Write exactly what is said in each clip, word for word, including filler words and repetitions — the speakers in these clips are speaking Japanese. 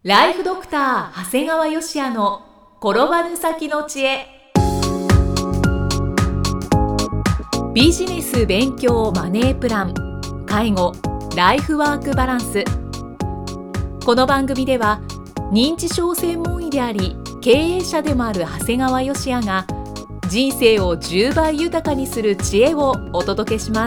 ライフドクター長谷川芳也の転ばぬ先の知恵。ビジネス勉強マネープラン、介護、ライフワークバランス。この番組では認知症専門医であり経営者でもある長谷川芳也が人生をじゅうばい豊かにする知恵をお届けします。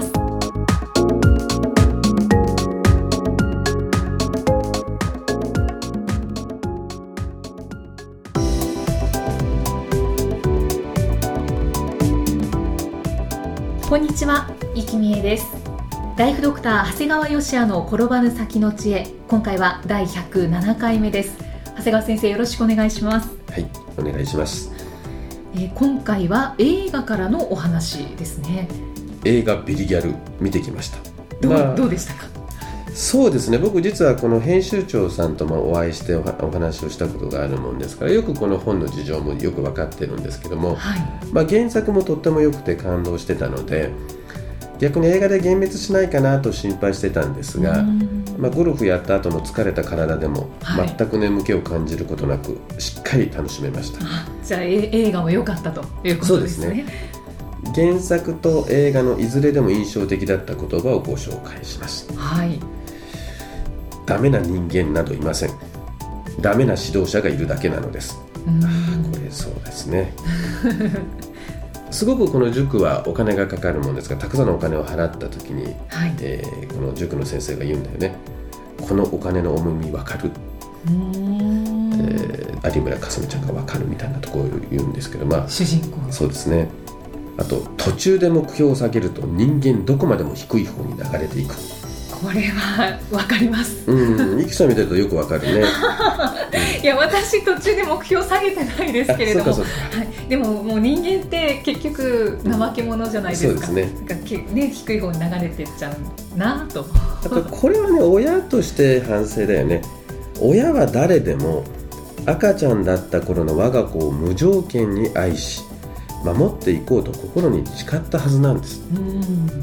こんにちは、生きみえです。ライフドクター長谷川芳也の転ばぬ先の知恵、今回はだいひゃくななかいめです。長谷川先生、よろしくお願いします。 はい、お願いします。 えー、今回は映画からのお話ですね。 映画ビリギャル見てきました。 どう、 まあ、 どうでしたか？ そうですね、僕実はこの編集長さんともお会いしてお話をしたことがあるもんですから、よくこの本の事情もよく分かってるんですけども、 はい、 まあ、原作もとっても良くて感動してたので、逆に映画で幻滅しないかなと心配してたんですが、まあ、ゴルフやった後の疲れた体でも全く眠気を感じることなく、しっかり楽しめました。 あ、じゃあ映画も良かったということですね。 そうですね。原作と映画のいずれでも印象的だった言葉をご紹介します。 はい。 ダメな人間などいません。ダメな指導者がいるだけなのです。 うんあ、これそうですね。すごくこの塾はお金がかかるものですが、たくさんのお金を払った時に、 はい、 えー、この塾の先生が言うんだよね。このお金の重み分かる。 うーん、 えー、有村架純ちゃんが分かるみたいなところを言うんですけど、まあ、 主人公。 そうですね。あと途中で目標を下げると人間どこまでも低い方に流れていく。 これは分かります。 うん、いきさん見てるとよく分かるね。 いや、私途中で目標下げてないですけれども、 そうかそうか、 はい、でももう人間って結局怠け者じゃないですか。 そうですね。 なんかけ、ね、低い方に流れていっちゃうなと。 あとこれはね、親として反省だよね。親は誰でも赤ちゃんだった頃の我が子を無条件に愛し守っていこうと心に誓ったはずなんです。 うん、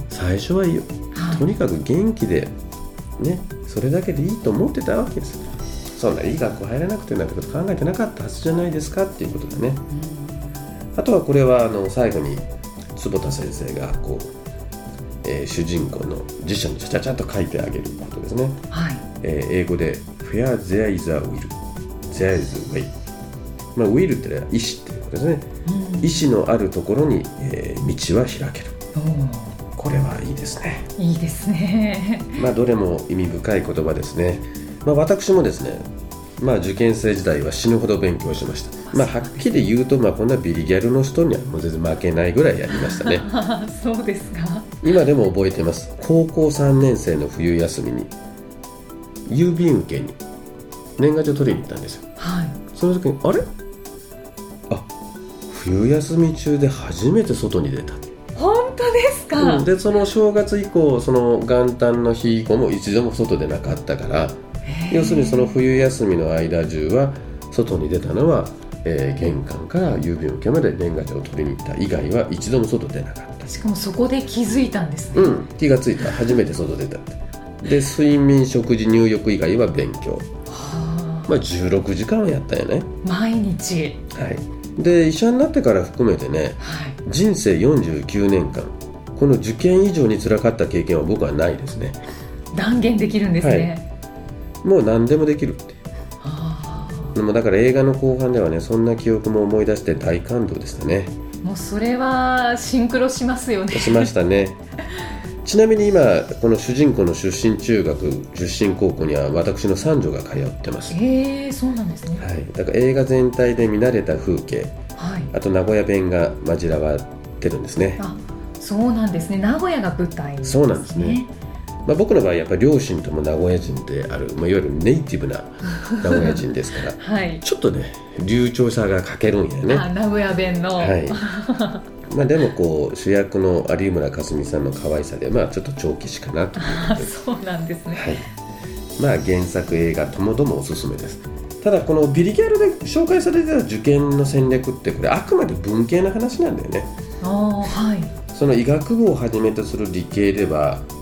最初はいいよ、はい、とにかく元気でね、それだけでいいと思ってたわけです。そんないい学校入らなくてなんてこと考えてなかったはずじゃないですかっていうことだね。うん、あとはこれはあの最後に坪田先生がこう、えー、主人公の辞書にちゃちゃちゃっと書いてあげることですね。 はい、 えー、英語で Where there is a will, there is a way、まあ、will ってのは意志っていうことですね。うん、意志のあるところに、えー、道は開ける。これはいいですね。 いいですね。 まあどれも意味深い言葉ですね。まあ、私もですね、まあ、受験生時代は死ぬほど勉強しました。まあ、はっきり言うと、まあ、こんなビリギャルの人にはもう全然負けないぐらいやりましたね。 そうですか。 今でも覚えてます。高校さんねん生の冬休みに郵便受けに年賀状取りに行ったんですよ。 はい、 その時にあれあ冬休み中で初めて外に出た。 本当ですか？ うん、でその正月以降、その元旦の日以降も一度も外でなかったから、要するにその冬休みの間中は外に出たのは、えー、玄関から郵便受けまで年賀状を取りに行った以外は一度も外出なかった。 しかもそこで気づいたんですね。 うん、気がついた。初めて外出たって。で睡眠食事入浴以外は勉強。はあ、まあ、じゅうろくじかんはやったよね、 毎日。 はい。で医者になってから含めてね、はい、人生よんじゅうきゅうねんかんこの受験以上に辛かった経験は僕はないですね。 断言できるんですね。 はい、もう何でもできるって。はあ、でもだから映画の後半ではね、そんな記憶も思い出して大感動でしたね。 もうそれはシンクロしますよね。 しましたね。ちなみに今この主人公の出身中学出身高校には私の三女が通ってます。 へえ、そうなんですね。 はい、だから映画全体で見慣れた風景、はい、あと名古屋弁が混じらわってるんですね。 あ、そうなんですね。名古屋が舞台ですね。 そうなんですね。まあ、僕の場合やっぱり両親とも名古屋人である、まあ、いわゆるネイティブな名古屋人ですから、はい、ちょっとね流暢さが欠けるんやね。 あ、名古屋弁の、はい。 まあ、でもこう主役の有村架純さんの可愛さで、まあ、ちょっと長期しかなということで。 そうなんですね。はい、 まあ、原作映画ともどもおすすめです。ただこのビリギャルで紹介されてた受験の戦略ってこれあくまで文系の話なんだよね。 あ、はい。 その医学部をはじめとする理系では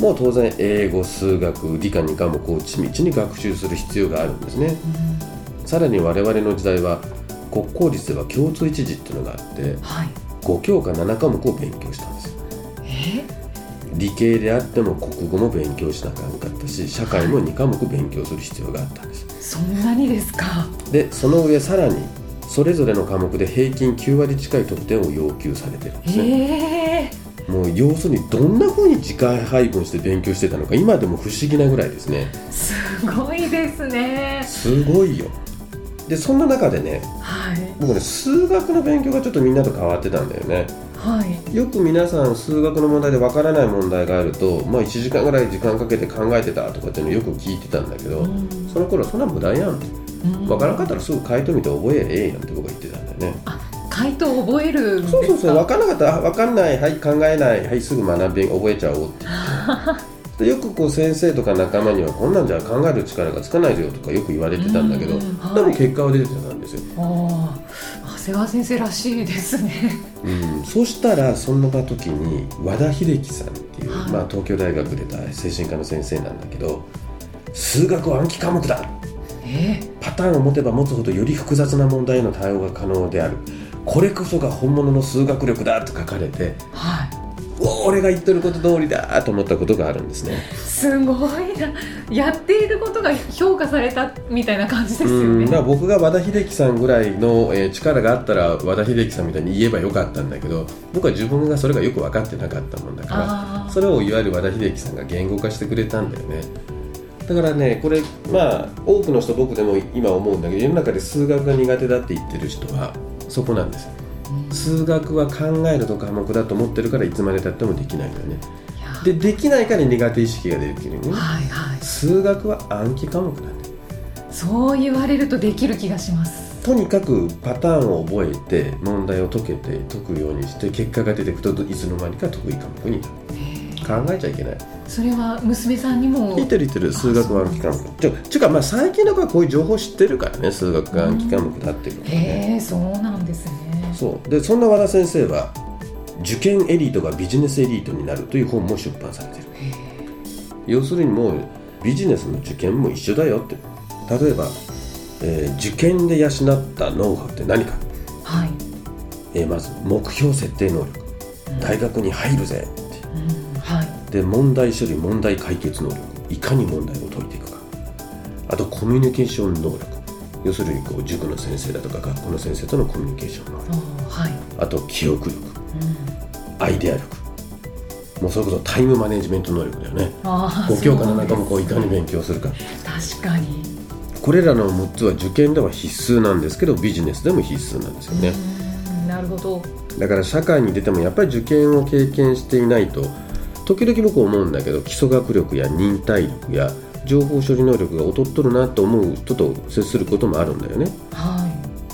もう当然英語、数学、理科に科目を緻密に学習する必要があるんですね、うん、さらに我々の時代は国公立では共通一次っていうのがあって、はい、ご教科なな科目を勉強したんですよ。 え理系であっても国語も勉強しなきゃなかったし、社会もに科目勉強する必要があったんです、はい、 そんなにですか。 でその上さらにそれぞれの科目で平均きゅう割近い得点を要求されてるんですね、えー、もう要するにどんな風に時間配分して勉強してたのか今でも不思議なぐらいですね。 すごいですね。 すごいよ。でそんな中でね、はい、僕ね数学の勉強がちょっとみんなと変わってたんだよね、はい、よく皆さん数学の問題でわからない問題があると、まあ、いちじかんぐらい時間かけて考えてたとかっていうのよく聞いてたんだけど、うん、その頃そんな無駄やんって、うん、わからなかったらすぐ書いてみて覚えええやんって僕は言ってたんだよね。 あ、回答を覚えるんですか。 そうそうそう、わからなかったらわかんない、はい考えない、はいすぐ学び覚えちゃおうって言ってでよくこう先生とか仲間にはこんなんじゃ考える力がつかないよとかよく言われてたんだけど、はい、でも結果は出てたんですよ。 ああ、長谷川先生らしいですね、 うん、そしたらそんな時に和田秀樹さんっていう、はいまあ、東京大学出た精神科の先生なんだけど、数学は暗記科目だ、えー、パターンを持てば持つほどより複雑な問題への対応が可能である、これこそが本物の数学力だと書かれて、はい、俺が言ってること通りだと思ったことがあるんですね。 すごいな。やっていることが評価されたみたいな感じですよね。うん、 だから僕が和田秀樹さんぐらいの、えー、力があったら和田秀樹さんみたいに言えばよかったんだけど、僕は自分がそれがよく分かってなかったもんだから、それをいわゆる和田秀樹さんが言語化してくれたんだよね。だからね、これまあ多くの人、僕でも今思うんだけど、世の中で数学が苦手だって言ってる人はそこなんですよ。数学は考えると科目だと思ってるからいつまでたってもできないんだよね。でできないから苦手意識が出てくるよね、はいはい、数学は暗記科目なんだよ。 そう言われるとできる気がします。 とにかくパターンを覚えて問題を解けて解くようにして結果が出てくるといつの間にか得意科目になる。考えちゃいけない。それは娘さんにも言ってる言ってる。数学は暗記科目ちょちゅうか、まあ、最近の子はこういう情報知ってるからね、数学が暗記科目だっていうこと、ね、 へえ、そうなんですね。 そうで、そんな和田先生は受験エリートがビジネスエリートになるという本も出版されている。要するにもうビジネスの受験も一緒だよって。例えば、えー、受験で養ったノウハウって何か、はいえー、まず目標設定能力、うん、大学に入るぜって、うんはい、で問題処理問題解決能力、いかに問題を解いていくか、あとコミュニケーション能力、要するにこう塾の先生だとか学校の先生とのコミュニケーション能力、はい、あと記憶力、うん、アイデア力、もうそれこそタイムマネジメント能力だよね。ご教科の中もこういかに勉強するか。 確かにこれらのむっつは受験では必須なんですけど、ビジネスでも必須なんですよね。 うん、なるほど。 だから社会に出てもやっぱり受験を経験していないと、時々僕思うんだけど、基礎学力や忍耐力や情報処理能力が劣っとるなと思う人と接することもあるんだよね、はい、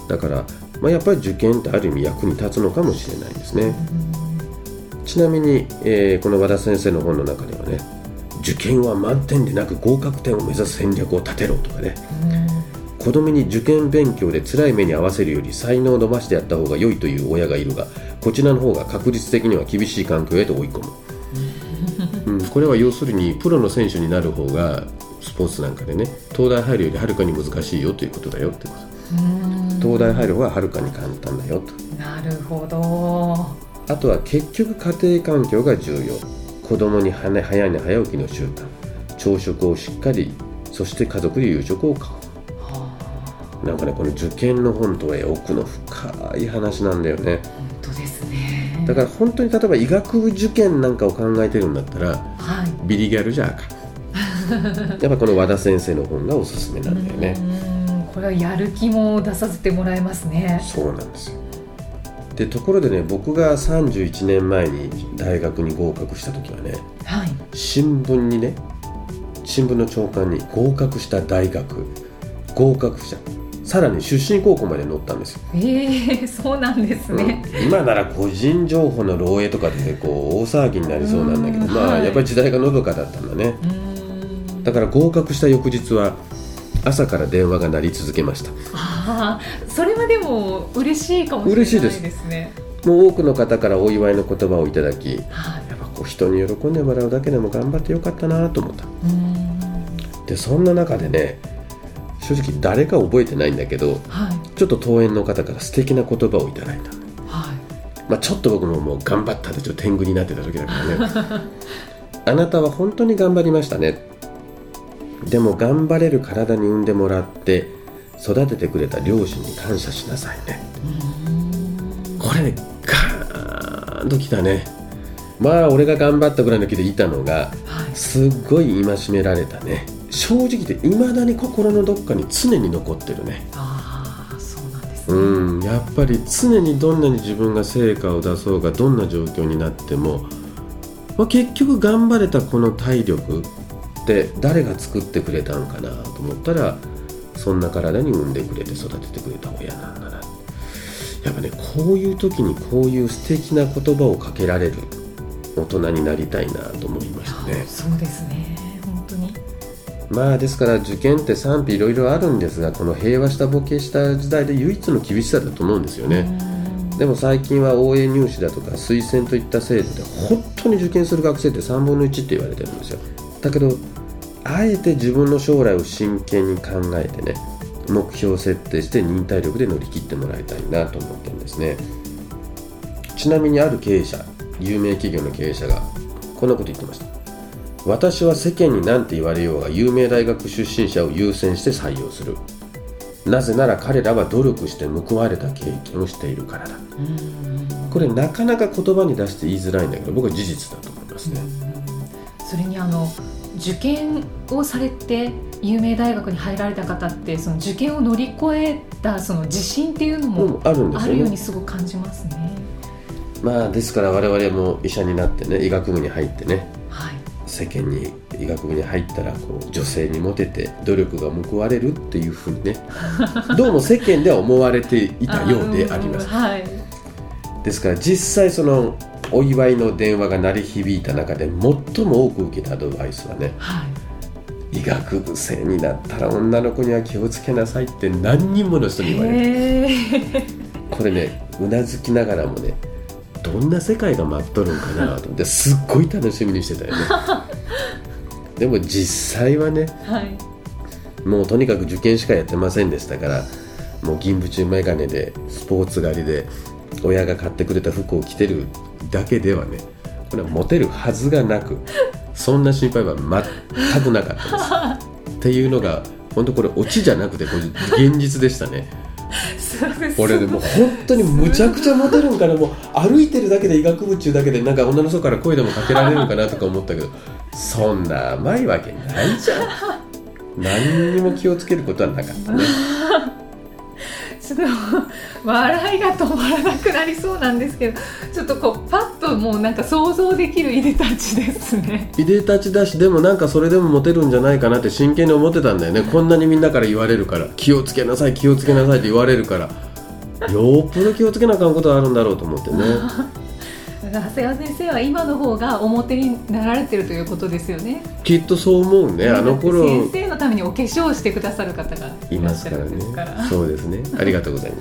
だから、まあ、やっぱり受験ってある意味役に立つのかもしれないですね。ちなみに、えー、この和田先生の本の中ではね、受験は満点でなく合格点を目指す戦略を立てろとかね、子供に受験勉強で辛い目に合わせるより才能を伸ばしてやった方が良いという親がいるが、こちらの方が確率的には厳しい環境へと追い込むうん、これは要するにプロの選手になる方がスポーツなんかでね、東大入るよりはるかに難しいよということだよってこと。うーん、東大入る方がはるかに簡単だよと。 なるほど。 あとは結局家庭環境が重要。子供に早寝早起きの習慣、朝食をしっかり、そして家族で夕食を買う。なんかね、この受験の本とは奥の深い話なんだよね。 本当ですね。 だから本当に例えば医学部受験なんかを考えてるんだったら、はい、ビリギャルじゃあかんやっぱこの和田先生の本がおすすめなんだよね。 うん、これはやる気も出させてもらえますね。 そうなんですよ。でところでね、僕がさんじゅういちねんまえに大学に合格した時はね、はい、新聞にね、新聞の朝刊に合格した大学、合格者、さらに出身高校まで載ったんですよ。 えー、そうなんですね、 うん、今なら個人情報の漏洩とかで、ね、こう大騒ぎになりそうなんだけど、まあ、はい、やっぱり時代がのどかだったんだね。うん、だから合格した翌日は朝から電話が鳴り続けました。 ああ、それはでも嬉しいかもしれないですね。 嬉しいです。もう多くの方からお祝いの言葉をいただき、はあ、やっぱこう人に喜んでもらうだけでも頑張ってよかったなと思った。 うんでそんな中でね、正直誰か覚えてないんだけど、はい、ちょっと登園の方から素敵な言葉をいただいた、はいまあ、ちょっと僕ももう頑張ったでちょっと天狗になってた時だからねあなたは本当に頑張りましたね。でも頑張れる体に産んでもらって育ててくれた両親に感謝しなさいね。これねガーンときたね。まあ俺が頑張ったぐらいの気でいたのが、はい、すっごい戒められたね。正直でいまだに心のどっかに常に残ってるね。 ああそうなんですね。 うんやっぱり常にどんなに自分が成果を出そうがどんな状況になっても、まあ、結局頑張れたこの体力って誰が作ってくれたんかなと思ったら、そんな体に産んでくれて育ててくれた親なんだな。やっぱねこういう時にこういう素敵な言葉をかけられる大人になりたいなと思いましたね。 そうですね本当に。 まあですから受験って賛否いろいろあるんですが、この平和したボケした時代で唯一の厳しさだと思うんですよね。でも最近は応援入試だとか推薦といった制度で本当に受験する学生ってさんぶんのいちって言われてるんですよ。だけどあえて自分の将来を真剣に考えてね、目標設定して忍耐力で乗り切ってもらいたいなと思ってるんですね。ちなみにある経営者、有名企業の経営者がこんなこと言ってました。私は世間に何て言われようが有名大学出身者を優先して採用する。なぜなら彼らは努力して報われた経験をしているからだ。これなかなか言葉に出して言いづらいんだけど、僕は事実だと思いますね。 それにあの受験をされて有名大学に入られた方って、その受験を乗り越えたその自信っていうのもあるようにすごく感じますね。 まあですから我々も医者になってね、医学部に入ってね、 はい、 世間に医学部に入ったらこう女性にモテて努力が報われるっていうふうにねどうも世間では思われていたようであります。 はい、 ですから実際そのお祝いの電話が鳴り響いた中で最も多く受けたアドバイスはね、はい、医学部生になったら女の子には気をつけなさいって何人もの人に言われる。これねうなずきながらもね、どんな世界が待っとるんかなと思ってすっごい楽しみにしてたよねでも実際はね、はい、もうとにかく受験しかやってませんでしたから、もう銀縁眼鏡でスポーツ狩りで親が買ってくれた服を着てるだけではね、これはモテるはずがなく、そんな心配は全くなかったですっていうのが本当これオチじゃなくてこれ現実でしたね俺でもう本当にむちゃくちゃモテるんかな、もう歩いてるだけで医学部中だけでなんか女の人から声でもかけられるかなとか思ったけどそんな甘いわけないじゃん何にも気をつけることはなかったねちょっと笑いが止まらなくなりそうなんですけど、ちょっとこうパッともうなんか想像できるいでたちですね。 いでたちだし、でもなんかそれでもモテるんじゃないかなって真剣に思ってたんだよね。こんなにみんなから言われるから、気をつけなさい気をつけなさいって言われるから、よっぽど気をつけなあかんことがあるんだろうと思ってね長谷川先生は今の方が表になられてるということですよね。 きっとそう思うね。あの頃先生のためにお化粧をしてくださる方がいらっしゃるんですから。 いますからね。そうですね、ありがとうございます、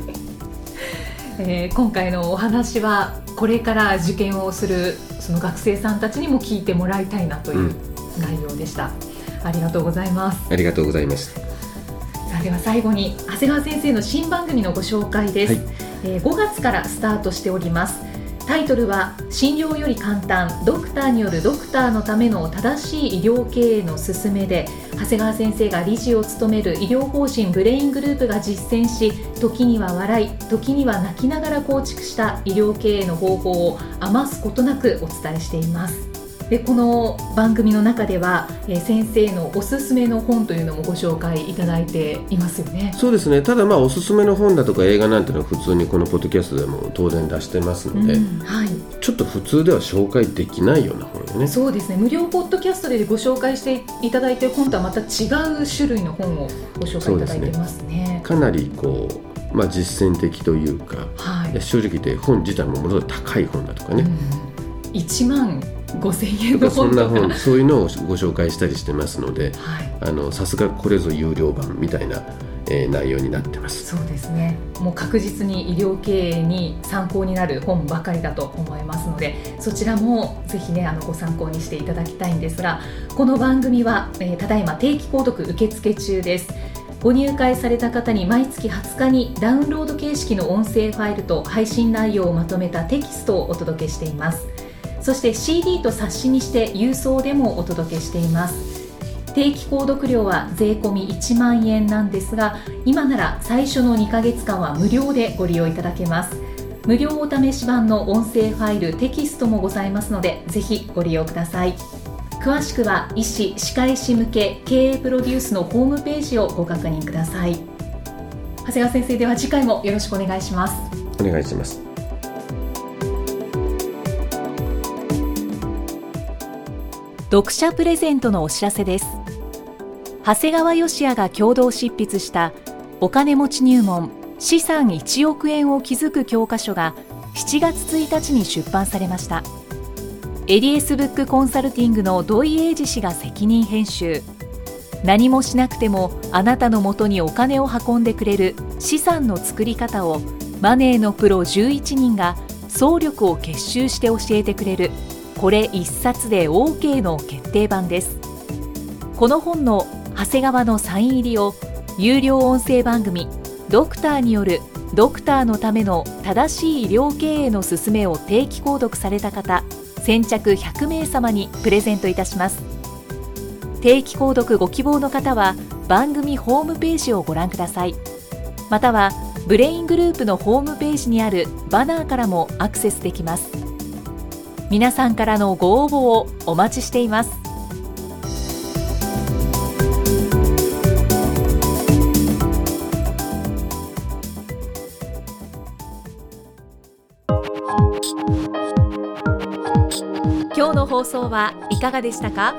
えー、今回のお話はこれから受験をするその学生さんたちにも聞いてもらいたいなという内容でした、うん、ありがとうございます。 ありがとうございました。 さあでは最後に長谷川先生の新番組のご紹介です、はい。えー、ごがつからスタートしております。タイトルは診療より簡単、ドクターによるドクターのための正しい医療経営の勧めで、長谷川先生が理事を務める医療法人ブレイングループが実践し、時には笑い時には泣きながら構築した医療経営の方法を余すことなくお伝えしています。でこの番組の中では、えー、先生のおすすめの本というのもご紹介いただいていますよね。 そうですね。ただまあおすすめの本だとか映画なんていうのは普通にこのポッドキャストでも当然出してますので、うんはい、ちょっと普通では紹介できないような本よね。 そうですね。無料ポッドキャストでご紹介していただいている本とはまた違う種類の本をご紹介いただいてますね。 かなりこう、まあ、実践的というか、はい、正直言って本自体もものすごい高い本だとかね、 うん、いちまんごせんえんの本とかそんな本、そういうのをご紹介したりしてますので、はい、あのさすがこれぞ有料版みたいなえー、内容になってます。 そうですね、もう確実に医療経営に参考になる本ばかりだと思いますので、そちらもぜひねあのご参考にしていただきたいんですが、この番組は、えー、ただいま定期購読受付中です。ご入会された方に毎月はつかにダウンロード形式の音声ファイルと配信内容をまとめたテキストをお届けしています。そして シーディー と冊子にして郵送でもお届けしています。定期購読料は税込みいちまんえんなんですが、今なら最初のにかげつかんは無料でご利用いただけます。無料お試し版の音声ファイル、テキストもございますので、ぜひご利用ください。詳しくは医師・歯科医師向け経営プロデュースのホームページをご確認ください。長谷川先生、では次回もよろしくお願いします。 お願いします。 読者プレゼントのお知らせです。長谷川芳也が共同執筆したお金持ち入門資産いちおくえんを築く教科書がしちがつついたちに出版されました。エリエスブックコンサルティングの土井英二氏が責任編集。何もしなくてもあなたのもとにお金を運んでくれる資産の作り方をマネーのプロじゅういちにんが総力を結集して教えてくれる、これ一冊で オーケー の決定版です。この本の長谷川のサイン入りを有料音声番組ドクターによるドクターのための正しい医療経営の勧めを定期購読された方先着ひゃくめいさまにプレゼントいたします。定期購読ご希望の方は番組ホームページをご覧ください。またはブレイングループのホームページにあるバナーからもアクセスできます。皆さんからのご応募をお待ちしています。今日の放送はいかがでしたか？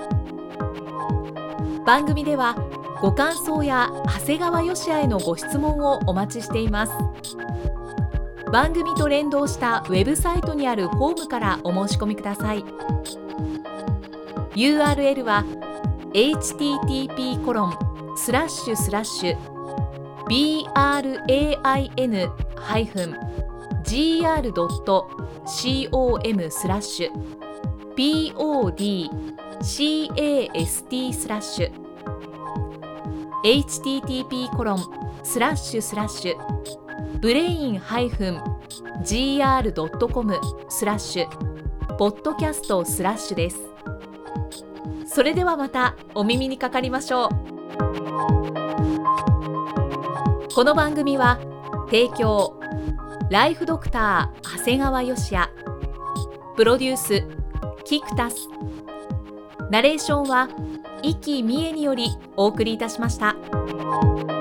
番組ではご感想や長谷川芳也へのご質問をお待ちしています。番組と連動したウェブサイトにあるフォームからお申し込みください。 ユーアールエル は エイチティーティーピーコロンスラッシュスラッシュビーアールエーアイエヌハイフンジーアールドットコムスラッシュ ピーオーディーシーエーエスティー スラッシュ エイチティーティーピーコロンスラッシュスラッシュブレインハイフンジーアールドットコムスラッシュポッドキャストスラッシュです。それではまたお耳にかかりましょう。この番組は提供ライフドクター長谷川芳也、プロデュースキクタス、ナレーションは生きみえによりお送りいたしました。